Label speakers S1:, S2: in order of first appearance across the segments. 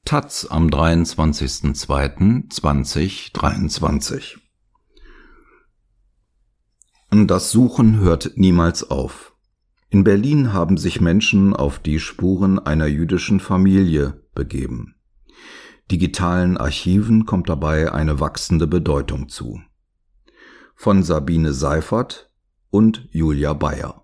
S1: taz am 23.02.2023. Das Suchen hört niemals auf. In Berlin haben sich Menschen auf die Spuren einer jüdischen Familie begeben. Digitalen Archiven kommt dabei eine wachsende Bedeutung zu. Von Sabine Seifert und Julia Bayer.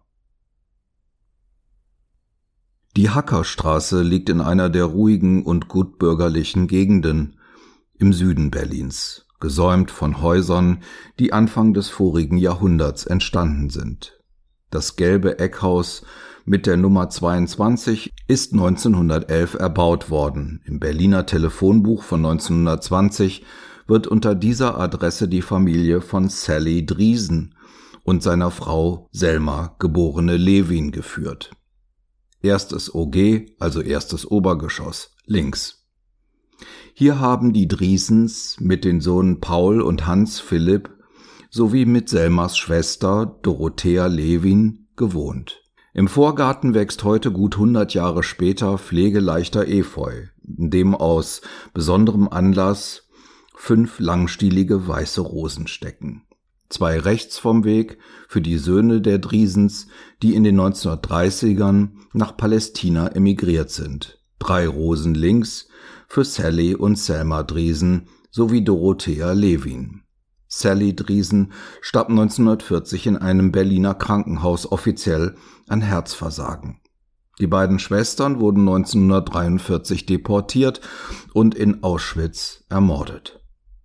S1: Die Hackerstraße liegt in einer der ruhigen und gutbürgerlichen Gegenden im Süden Berlins, gesäumt von Häusern, die Anfang des vorigen Jahrhunderts entstanden sind. Das gelbe Eckhaus mit der Nummer 22 ist 1911 erbaut worden. Im Berliner Telefonbuch von 1920 wird unter dieser Adresse die Familie von Sally Driesen und seiner Frau Selma geborene Levin geführt. Erstes OG, also erstes Obergeschoss, links. Hier haben die Driesens mit den Sohnen Paul und Hans Philipp sowie mit Selmas Schwester Dorothea Levin gewohnt. Im Vorgarten wächst heute gut 100 Jahre später pflegeleichter Efeu, in dem aus besonderem Anlass 5 langstielige weiße Rosen stecken. 2 rechts vom Weg für die Söhne der Driesens, die in den 1930ern nach Palästina emigriert sind. 3 Rosen links für Sally und Selma Driesen sowie Dorothea Levin. Sally Driesen starb 1940 in einem Berliner Krankenhaus offiziell an Herzversagen. Die beiden Schwestern wurden 1943 deportiert und in Auschwitz ermordet.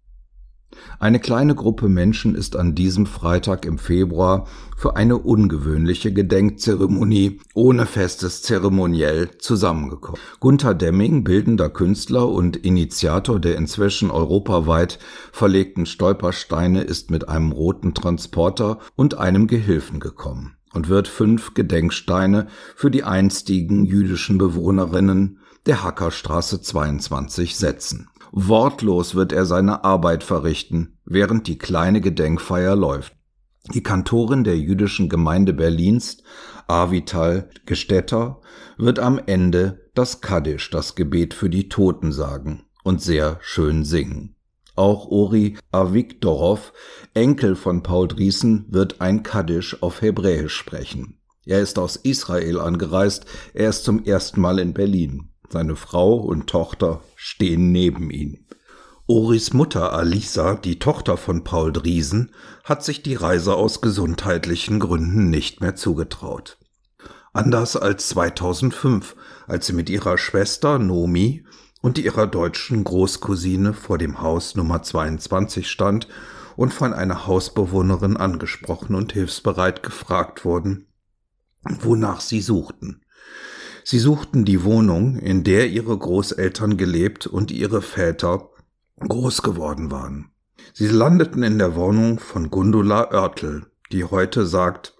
S1: Eine kleine Gruppe Menschen ist an diesem Freitag im Februar für eine ungewöhnliche Gedenkzeremonie ohne festes Zeremoniell zusammengekommen. Gunter Demming, bildender Künstler und Initiator der inzwischen europaweit verlegten Stolpersteine, ist mit einem roten Transporter und einem Gehilfen gekommen und wird 5 Gedenksteine für die einstigen jüdischen Bewohnerinnen der Hackerstraße 22 setzen. Wortlos wird er seine Arbeit verrichten, während die kleine Gedenkfeier läuft. Die Kantorin der jüdischen Gemeinde Berlins, Avital Gestetter, wird am Ende das Kaddisch, das Gebet für die Toten, sagen und sehr schön singen. Auch Ori Avigdorov, Enkel von Paul Driesen, wird ein Kaddisch auf Hebräisch sprechen. Er ist aus Israel angereist, er ist zum ersten Mal in Berlin. Seine Frau und Tochter stehen neben ihm. Oris Mutter Alisa, die Tochter von Paul Driesen, hat sich die Reise aus gesundheitlichen Gründen nicht mehr zugetraut. Anders als 2005, als sie mit ihrer Schwester Nomi und ihrer deutschen Großcousine vor dem Haus Nummer 22 stand und von einer Hausbewohnerin angesprochen und hilfsbereit gefragt wurden, wonach sie suchten. Sie suchten die Wohnung, in der ihre Großeltern gelebt und ihre Väter groß geworden waren. Sie landeten in der Wohnung von Gundula Oertel, die heute sagt: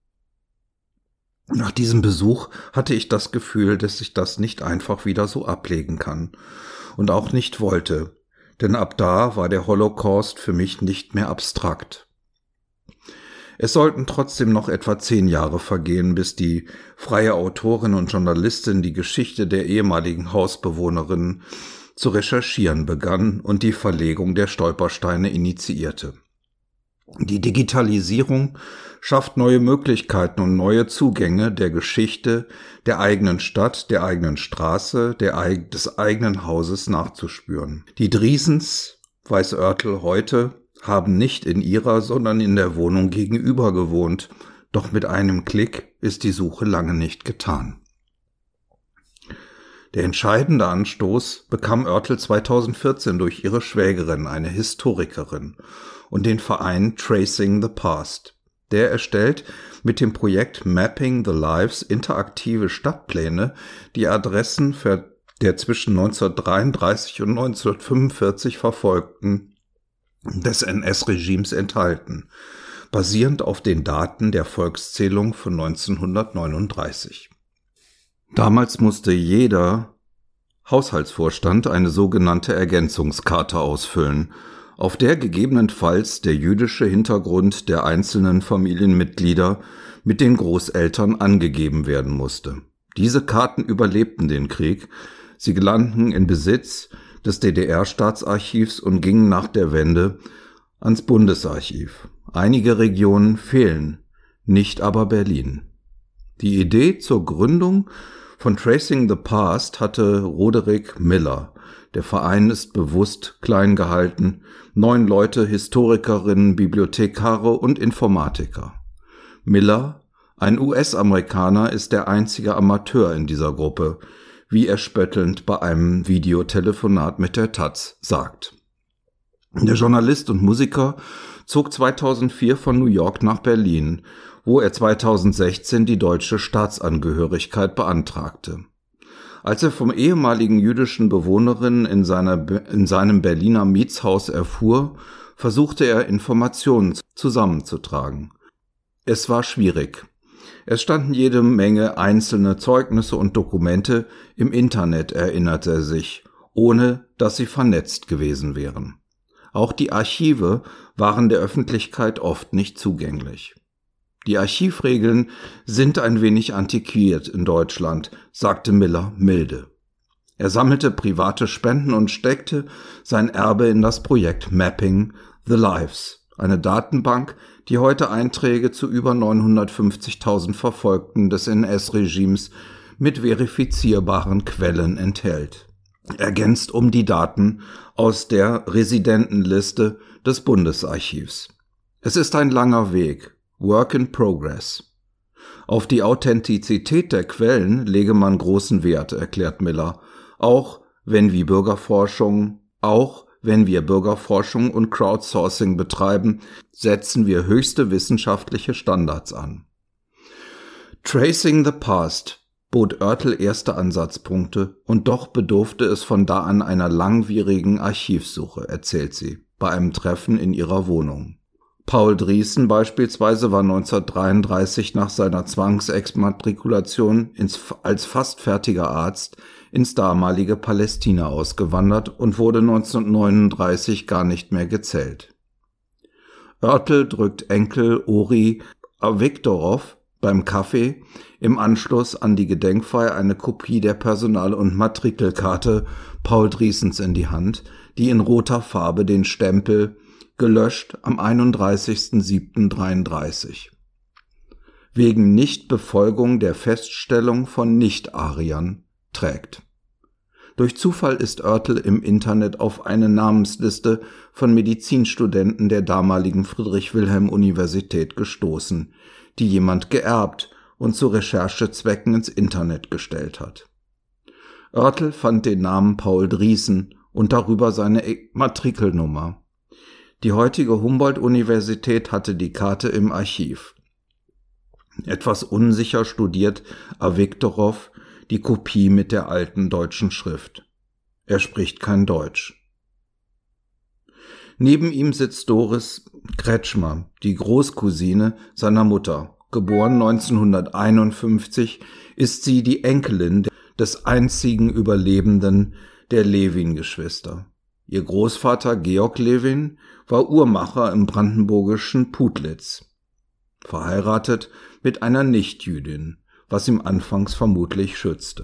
S1: Nach diesem Besuch hatte ich das Gefühl, dass ich das nicht einfach wieder so ablegen kann und auch nicht wollte, denn ab da war der Holocaust für mich nicht mehr abstrakt. Es sollten trotzdem noch etwa 10 Jahre vergehen, bis die freie Autorin und Journalistin die Geschichte der ehemaligen Hausbewohnerinnen zu recherchieren begann und die Verlegung der Stolpersteine initiierte. Die Digitalisierung schafft neue Möglichkeiten und neue Zugänge der Geschichte der eigenen Stadt, der eigenen Straße, des eigenen Hauses nachzuspüren. Die Driesens, weiß Oertel heute, haben nicht in ihrer, sondern in der Wohnung gegenüber gewohnt, doch mit einem Klick ist die Suche lange nicht getan. Der entscheidende Anstoß bekam Oertel 2014 durch ihre Schwägerin, eine Historikerin, und den Verein Tracing the Past. Der erstellt mit dem Projekt Mapping the Lives interaktive Stadtpläne, die Adressen der zwischen 1933 und 1945 Verfolgten des NS-Regimes enthalten, basierend auf den Daten der Volkszählung von 1939. Damals musste jeder Haushaltsvorstand eine sogenannte Ergänzungskarte ausfüllen, auf der gegebenenfalls der jüdische Hintergrund der einzelnen Familienmitglieder mit den Großeltern angegeben werden musste. Diese Karten überlebten den Krieg. Sie gelangten in Besitz des DDR-Staatsarchivs und gingen nach der Wende ans Bundesarchiv. Einige Regionen fehlen, nicht aber Berlin. Die Idee zur Gründung von Tracing the Past hatte Roderick Miller. Der Verein ist bewusst klein gehalten. 9 Leute, Historikerinnen, Bibliothekare und Informatiker. Miller, ein US-Amerikaner, ist der einzige Amateur in dieser Gruppe, wie er spöttelnd bei einem Videotelefonat mit der taz sagt. Der Journalist und Musiker zog 2004 von New York nach Berlin, wo er 2016 die deutsche Staatsangehörigkeit beantragte. Als er vom ehemaligen jüdischen Bewohnerinnen in seinem Berliner Mietshaus erfuhr, versuchte er Informationen zusammenzutragen. Es war schwierig. Es standen jede Menge einzelne Zeugnisse und Dokumente im Internet, erinnert er sich, ohne dass sie vernetzt gewesen wären. Auch die Archive waren der Öffentlichkeit oft nicht zugänglich. Die Archivregeln sind ein wenig antiquiert in Deutschland, sagte Miller milde. Er sammelte private Spenden und steckte sein Erbe in das Projekt Mapping the Lives, eine Datenbank, die heute Einträge zu über 950.000 Verfolgten des NS-Regimes mit verifizierbaren Quellen enthält, ergänzt um die Daten aus der Residentenliste des Bundesarchivs. Es ist ein langer Weg, Work in Progress. Auf die Authentizität der Quellen lege man großen Wert, erklärt Miller, auch wenn wir Bürgerforschung und Crowdsourcing betreiben, setzen wir höchste wissenschaftliche Standards an. Tracing the Past bot Oertel erste Ansatzpunkte und doch bedurfte es von da an einer langwierigen Archivsuche, erzählt sie, bei einem Treffen in ihrer Wohnung. Paul Drießen beispielsweise war 1933 nach seiner Zwangsexmatrikulation als fast fertiger Arzt ins damalige Palästina ausgewandert und wurde 1939 gar nicht mehr gezählt. Oertel drückt Enkel Ori Awiktorov beim Kaffee im Anschluss an die Gedenkfeier eine Kopie der Personal- und Matrikelkarte Paul Driessens in die Hand, die in roter Farbe den Stempel gelöscht am 31.07.33 wegen Nichtbefolgung der Feststellung von Nicht-Ariern trägt. Durch Zufall ist Oertel im Internet auf eine Namensliste von Medizinstudenten der damaligen Friedrich-Wilhelm-Universität gestoßen, die jemand geerbt und zu Recherchezwecken ins Internet gestellt hat. Oertel fand den Namen Paul Drießen und darüber seine Matrikelnummer. Die heutige Humboldt-Universität hatte die Karte im Archiv. Etwas unsicher studiert Awiktorov die Kopie mit der alten deutschen Schrift. Er spricht kein Deutsch. Neben ihm sitzt Doris Kretschmer, die Großcousine seiner Mutter. Geboren 1951 ist sie die Enkelin des einzigen Überlebenden der Lewin-Geschwister. Ihr Großvater Georg Lewin war Uhrmacher im brandenburgischen Putlitz, verheiratet mit einer Nichtjüdin, was ihm anfangs vermutlich schützte.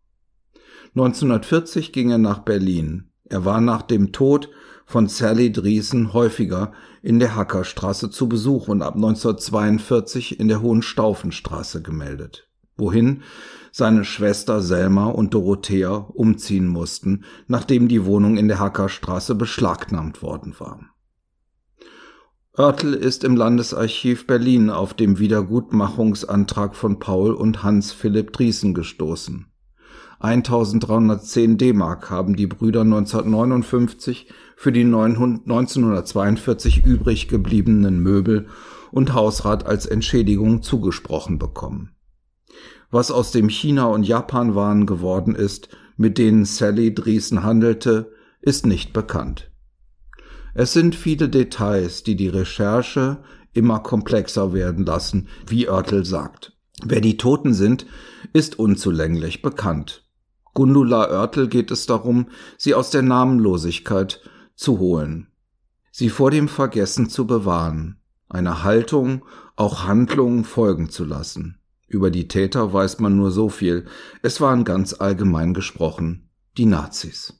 S1: 1940 ging er nach Berlin. Er war nach dem Tod von Sally Drießen häufiger in der Hackerstraße zu Besuch und ab 1942 in der Hohenstaufenstraße gemeldet, wohin seine Schwester Selma und Dorothea umziehen mussten, nachdem die Wohnung in der Hackerstraße beschlagnahmt worden war. Oertel ist im Landesarchiv Berlin auf dem Wiedergutmachungsantrag von Paul und Hans Philipp Drießen gestoßen. 1.310 D-Mark haben die Brüder 1959 für die 1942 übrig gebliebenen Möbel und Hausrat als Entschädigung zugesprochen bekommen. Was aus dem China- und Japan-Waren geworden ist, mit denen Sally Drießen handelte, ist nicht bekannt. Es sind viele Details, die die Recherche immer komplexer werden lassen, wie Oertel sagt. Wer die Toten sind, ist unzulänglich bekannt. Gundula Oertel geht es darum, sie aus der Namenlosigkeit zu holen, sie vor dem Vergessen zu bewahren, einer Haltung, auch Handlungen folgen zu lassen. Über die Täter weiß man nur so viel, es waren ganz allgemein gesprochen die Nazis.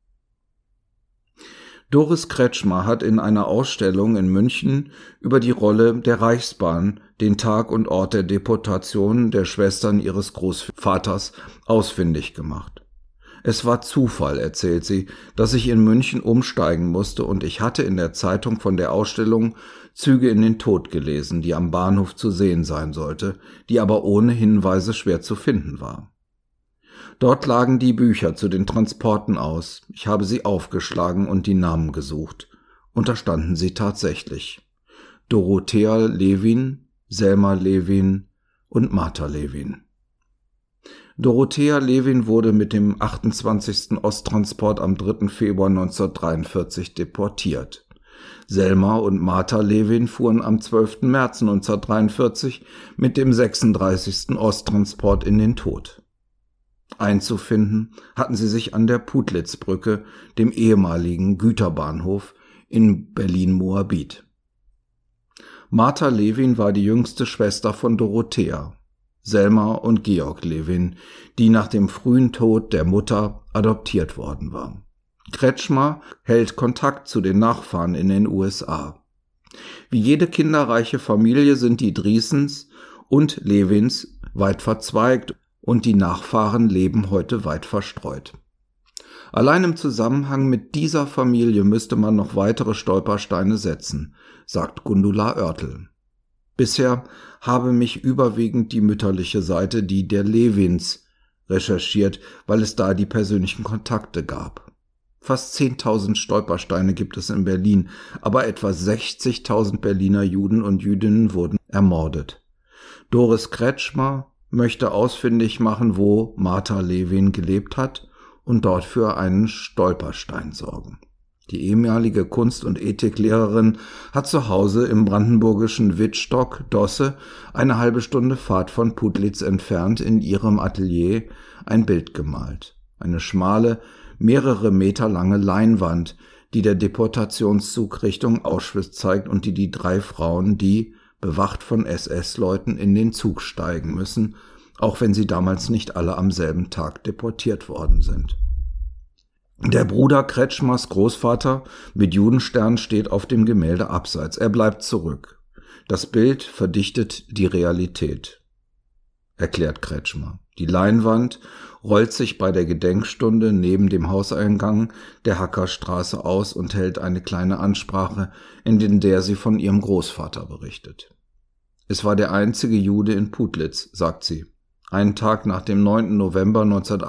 S1: Doris Kretschmer hat in einer Ausstellung in München über die Rolle der Reichsbahn den Tag und Ort der Deportation der Schwestern ihres Großvaters ausfindig gemacht. Es war Zufall, erzählt sie, dass ich in München umsteigen musste und ich hatte in der Zeitung von der Ausstellung Züge in den Tod gelesen, die am Bahnhof zu sehen sein sollte, die aber ohne Hinweise schwer zu finden war. Dort lagen die Bücher zu den Transporten aus. Ich habe sie aufgeschlagen und die Namen gesucht. Und da standen sie tatsächlich. Dorothea Levin, Selma Levin und Martha Levin. Dorothea Levin wurde mit dem 28. Osttransport am 3. Februar 1943 deportiert. Selma und Martha Levin fuhren am 12. März 1943 mit dem 36. Osttransport in den Tod. Einzufinden hatten sie sich an der Putlitz-Brücke, dem ehemaligen Güterbahnhof in Berlin-Moabit. Martha Levin war die jüngste Schwester von Dorothea, Selma und Georg Levin, die nach dem frühen Tod der Mutter adoptiert worden war. Kretschmer hält Kontakt zu den Nachfahren in den USA. Wie jede kinderreiche Familie sind die Driessens und Levins weit verzweigt und die Nachfahren leben heute weit verstreut. Allein im Zusammenhang mit dieser Familie müsste man noch weitere Stolpersteine setzen, sagt Gundula Oertel. Bisher habe mich überwiegend die mütterliche Seite, die der Levins, recherchiert, weil es da die persönlichen Kontakte gab. Fast 10.000 Stolpersteine gibt es in Berlin, aber etwa 60.000 Berliner Juden und Jüdinnen wurden ermordet. Doris Kretschmer möchte ausfindig machen, wo Martha Levin gelebt hat und dort für einen Stolperstein sorgen. Die ehemalige Kunst- und Ethiklehrerin hat zu Hause im brandenburgischen Wittstock-Dosse, eine halbe Stunde Fahrt von Putlitz entfernt, in ihrem Atelier ein Bild gemalt. Eine schmale, mehrere Meter lange Leinwand, die der Deportationszug Richtung Auschwitz zeigt und die 3 Frauen, die bewacht von SS-Leuten, in den Zug steigen müssen, auch wenn sie damals nicht alle am selben Tag deportiert worden sind. Der Bruder Kretschmers Großvater mit Judenstern steht auf dem Gemälde abseits. Er bleibt zurück. Das Bild verdichtet die Realität, erklärt Kretschmer. Die Leinwand rollt sich bei der Gedenkstunde neben dem Hauseingang der Hackerstraße aus und hält eine kleine Ansprache, in der sie von ihrem Großvater berichtet. Es war der einzige Jude in Putlitz, sagt sie. Einen Tag nach dem 9. November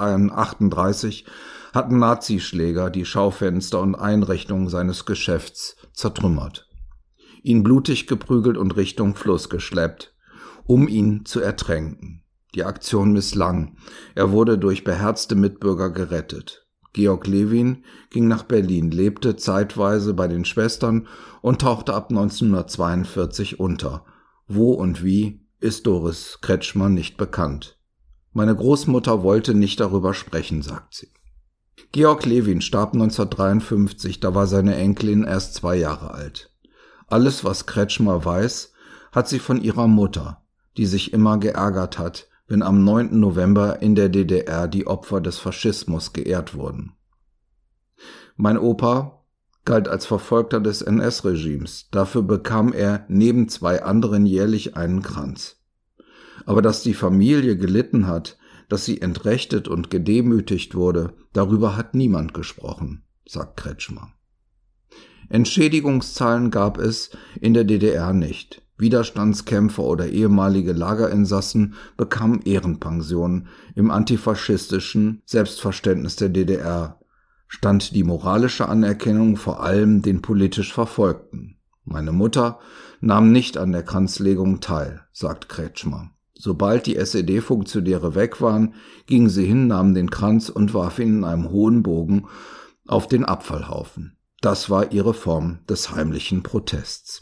S1: 1938 hatten Nazischläger die Schaufenster und Einrichtungen seines Geschäfts zertrümmert, ihn blutig geprügelt und Richtung Fluss geschleppt, um ihn zu ertränken. Die Aktion misslang. Er wurde durch beherzte Mitbürger gerettet. Georg Levin ging nach Berlin, lebte zeitweise bei den Schwestern und tauchte ab 1942 unter. Wo und wie, ist Doris Kretschmer nicht bekannt. Meine Großmutter wollte nicht darüber sprechen, sagt sie. Georg Levin starb 1953, da war seine Enkelin erst 2 Jahre alt. Alles, was Kretschmer weiß, hat sie von ihrer Mutter, die sich immer geärgert hat, wenn am 9. November in der DDR die Opfer des Faschismus geehrt wurden. Mein Opa galt als Verfolgter des NS-Regimes. Dafür bekam er neben 2 anderen jährlich einen Kranz. Aber dass die Familie gelitten hat, dass sie entrechtet und gedemütigt wurde, darüber hat niemand gesprochen, sagt Kretschmer. Entschädigungszahlen gab es in der DDR nicht. Widerstandskämpfer oder ehemalige Lagerinsassen bekamen Ehrenpensionen. Im antifaschistischen Selbstverständnis der DDR stand die moralische Anerkennung vor allem den politisch Verfolgten. Meine Mutter nahm nicht an der Kranzlegung teil, sagt Kretschmer. Sobald die SED-Funktionäre weg waren, ging sie hin, nahm den Kranz und warf ihn in einem hohen Bogen auf den Abfallhaufen. Das war ihre Form des heimlichen Protests.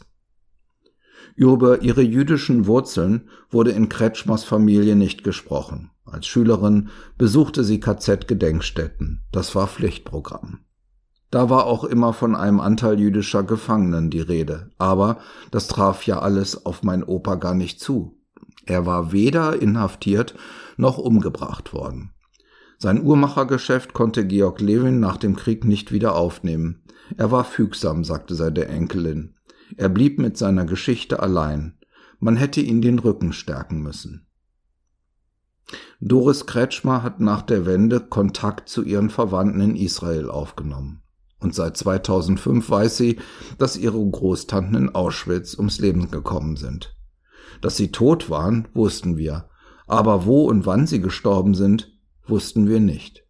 S1: Über ihre jüdischen Wurzeln wurde in Kretschmers Familie nicht gesprochen. Als Schülerin besuchte sie KZ-Gedenkstätten. Das war Pflichtprogramm. Da war auch immer von einem Anteil jüdischer Gefangenen die Rede. Aber das traf ja alles auf meinen Opa gar nicht zu. Er war weder inhaftiert noch umgebracht worden. Sein Uhrmachergeschäft konnte Georg Levin nach dem Krieg nicht wieder aufnehmen. Er war fügsam, sagte seine Enkelin. Er blieb mit seiner Geschichte allein. Man hätte ihn den Rücken stärken müssen. Doris Kretschmer hat nach der Wende Kontakt zu ihren Verwandten in Israel aufgenommen. Und seit 2005 weiß sie, dass ihre Großtanten in Auschwitz ums Leben gekommen sind. Dass sie tot waren, wussten wir, aber wo und wann sie gestorben sind, wussten wir nicht.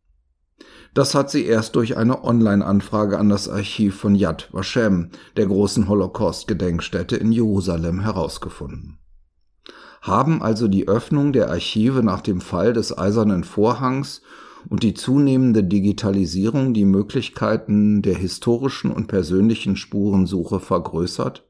S1: Das hat sie erst durch eine Online-Anfrage an das Archiv von Yad Vashem, der großen Holocaust-Gedenkstätte in Jerusalem, herausgefunden. Haben also die Öffnung der Archive nach dem Fall des Eisernen Vorhangs und die zunehmende Digitalisierung die Möglichkeiten der historischen und persönlichen Spurensuche vergrößert?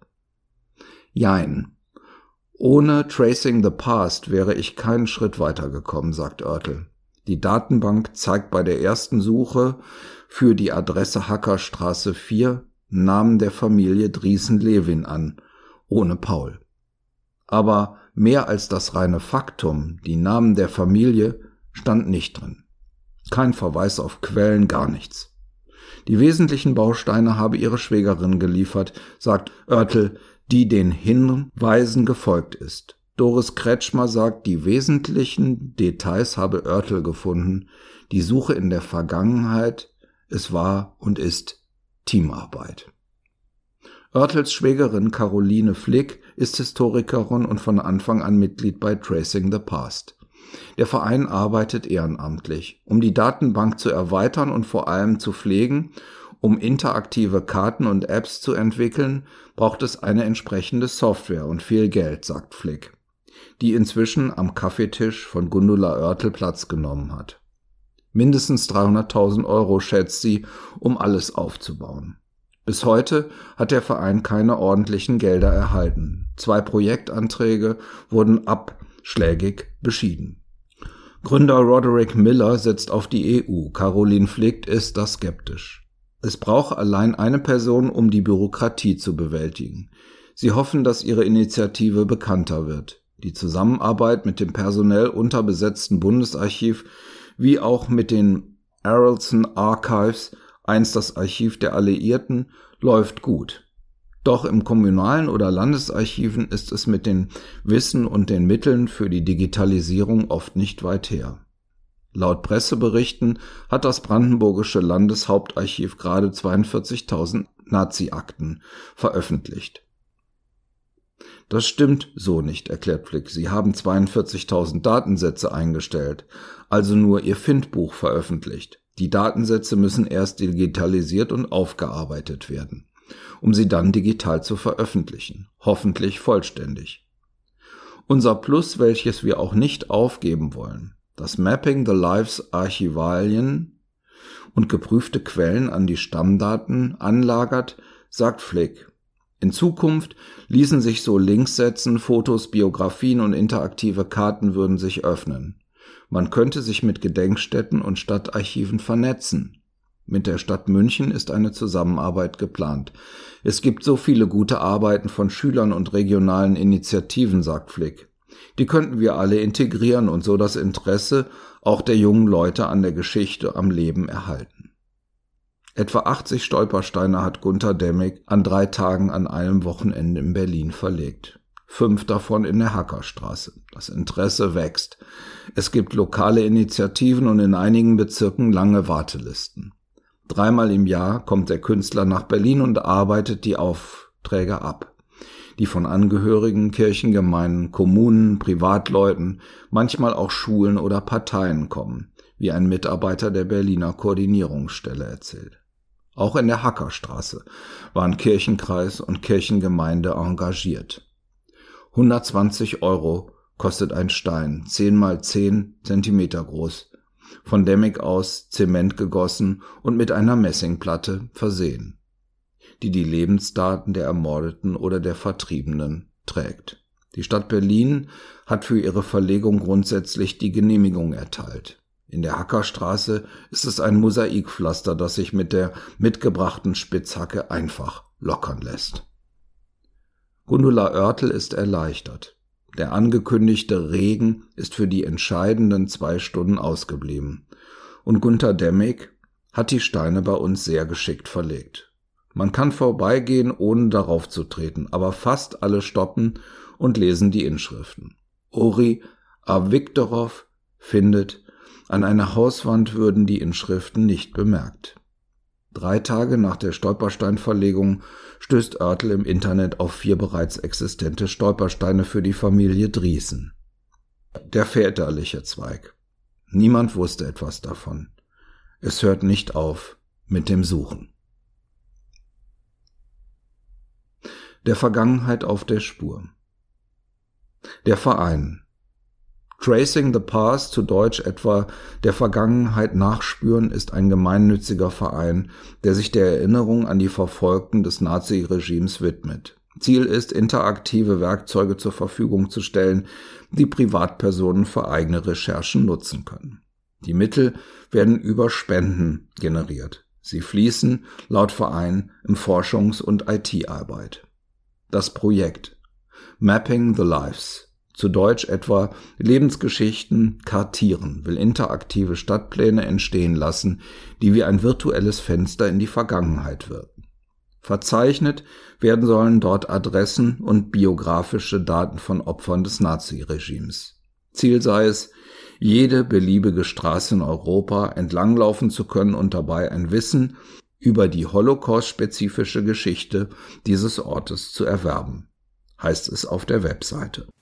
S1: Jein. Ohne Tracing the Past wäre ich keinen Schritt weitergekommen, sagt Oertel. Die Datenbank zeigt bei der ersten Suche für die Adresse Hackerstraße 4 Namen der Familie Driesen-Levin an, ohne Paul. Aber mehr als das reine Faktum, die Namen der Familie, stand nicht drin. Kein Verweis auf Quellen, gar nichts. Die wesentlichen Bausteine habe ihre Schwägerin geliefert, sagt Oertel, die den Hinweisen gefolgt ist. Doris Kretschmer sagt, die wesentlichen Details habe Oertel gefunden. Die Suche in der Vergangenheit, es war und ist Teamarbeit. Oertels Schwägerin Caroline Flick ist Historikerin und von Anfang an Mitglied bei Tracing the Past. Der Verein arbeitet ehrenamtlich, um die Datenbank zu erweitern und vor allem zu pflegen. Um interaktive Karten und Apps zu entwickeln, braucht es eine entsprechende Software und viel Geld, sagt Flick, die inzwischen am Kaffeetisch von Gundula Oertel Platz genommen hat. Mindestens 300.000 Euro schätzt sie, um alles aufzubauen. Bis heute hat der Verein keine ordentlichen Gelder erhalten. 2 Projektanträge wurden abschlägig beschieden. Gründer Roderick Miller setzt auf die EU, Caroline Flick ist da skeptisch. Es braucht allein eine Person, um die Bürokratie zu bewältigen. Sie hoffen, dass ihre Initiative bekannter wird. Die Zusammenarbeit mit dem personell unterbesetzten Bundesarchiv wie auch mit den Arolsen Archives, einst das Archiv der Alliierten, läuft gut. Doch im kommunalen oder Landesarchiven ist es mit dem Wissen und den Mitteln für die Digitalisierung oft nicht weit her. Laut Presseberichten hat das Brandenburgische Landeshauptarchiv gerade 42.000 Nazi-Akten veröffentlicht. Das stimmt so nicht, erklärt Flick. Sie haben 42.000 Datensätze eingestellt, also nur ihr Findbuch veröffentlicht. Die Datensätze müssen erst digitalisiert und aufgearbeitet werden, um sie dann digital zu veröffentlichen, hoffentlich vollständig. Unser Plus, welches wir auch nicht aufgeben wollen, das Mapping the Lives Archivalien und geprüfte Quellen an die Stammdaten anlagert, sagt Flick. In Zukunft ließen sich so Links setzen, Fotos, Biografien und interaktive Karten würden sich öffnen. Man könnte sich mit Gedenkstätten und Stadtarchiven vernetzen. Mit der Stadt München ist eine Zusammenarbeit geplant. Es gibt so viele gute Arbeiten von Schülern und regionalen Initiativen, sagt Flick. Die könnten wir alle integrieren und so das Interesse auch der jungen Leute an der Geschichte am Leben erhalten. Etwa 80 Stolpersteine hat Gunter Demmig an 3 Tagen an einem Wochenende in Berlin verlegt. 5 davon in der Hackerstraße. Das Interesse wächst. Es gibt lokale Initiativen und in einigen Bezirken lange Wartelisten. 3-mal im Jahr kommt der Künstler nach Berlin und arbeitet die Aufträge ab, die von Angehörigen, Kirchengemeinden, Kommunen, Privatleuten, manchmal auch Schulen oder Parteien kommen, wie ein Mitarbeiter der Berliner Koordinierungsstelle erzählt. Auch in der Hackerstraße waren Kirchenkreis und Kirchengemeinde engagiert. 120 Euro kostet ein Stein, 10 mal 10 Zentimeter groß, von Demmig aus Zement gegossen und mit einer Messingplatte versehen, die die Lebensdaten der Ermordeten oder der Vertriebenen trägt. Die Stadt Berlin hat für ihre Verlegung grundsätzlich die Genehmigung erteilt. In der Hackerstraße ist es ein Mosaikpflaster, das sich mit der mitgebrachten Spitzhacke einfach lockern lässt. Gundula Oertel ist erleichtert. Der angekündigte Regen ist für die entscheidenden 2 Stunden ausgeblieben. und Gunter Demmig hat die Steine bei uns sehr geschickt verlegt. Man kann vorbeigehen, ohne darauf zu treten, aber fast alle stoppen und lesen die Inschriften. Ori Avigdorov findet, an einer Hauswand würden die Inschriften nicht bemerkt. 3 Tage nach der Stolpersteinverlegung stößt Oertel im Internet auf 4 bereits existente Stolpersteine für die Familie Driesen. Der väterliche Zweig. Niemand wusste etwas davon. Es hört nicht auf mit dem Suchen. Der Vergangenheit auf der Spur. Der Verein. Tracing the Past, zu Deutsch etwa der Vergangenheit nachspüren, ist ein gemeinnütziger Verein, der sich der Erinnerung an die Verfolgten des Naziregimes widmet. Ziel ist, interaktive Werkzeuge zur Verfügung zu stellen, die Privatpersonen für eigene Recherchen nutzen können. Die Mittel werden über Spenden generiert. Sie fließen, laut Verein, in Forschungs- und IT-Arbeit. Das Projekt Mapping the Lives, zu Deutsch etwa Lebensgeschichten kartieren, will interaktive Stadtpläne entstehen lassen, die wie ein virtuelles Fenster in die Vergangenheit wirken. Verzeichnet werden sollen dort Adressen und biografische Daten von Opfern des Naziregimes. Ziel sei es, jede beliebige Straße in Europa entlanglaufen zu können und dabei ein Wissen über die Holocaust-spezifische Geschichte dieses Ortes zu erwerben, heißt es auf der Webseite.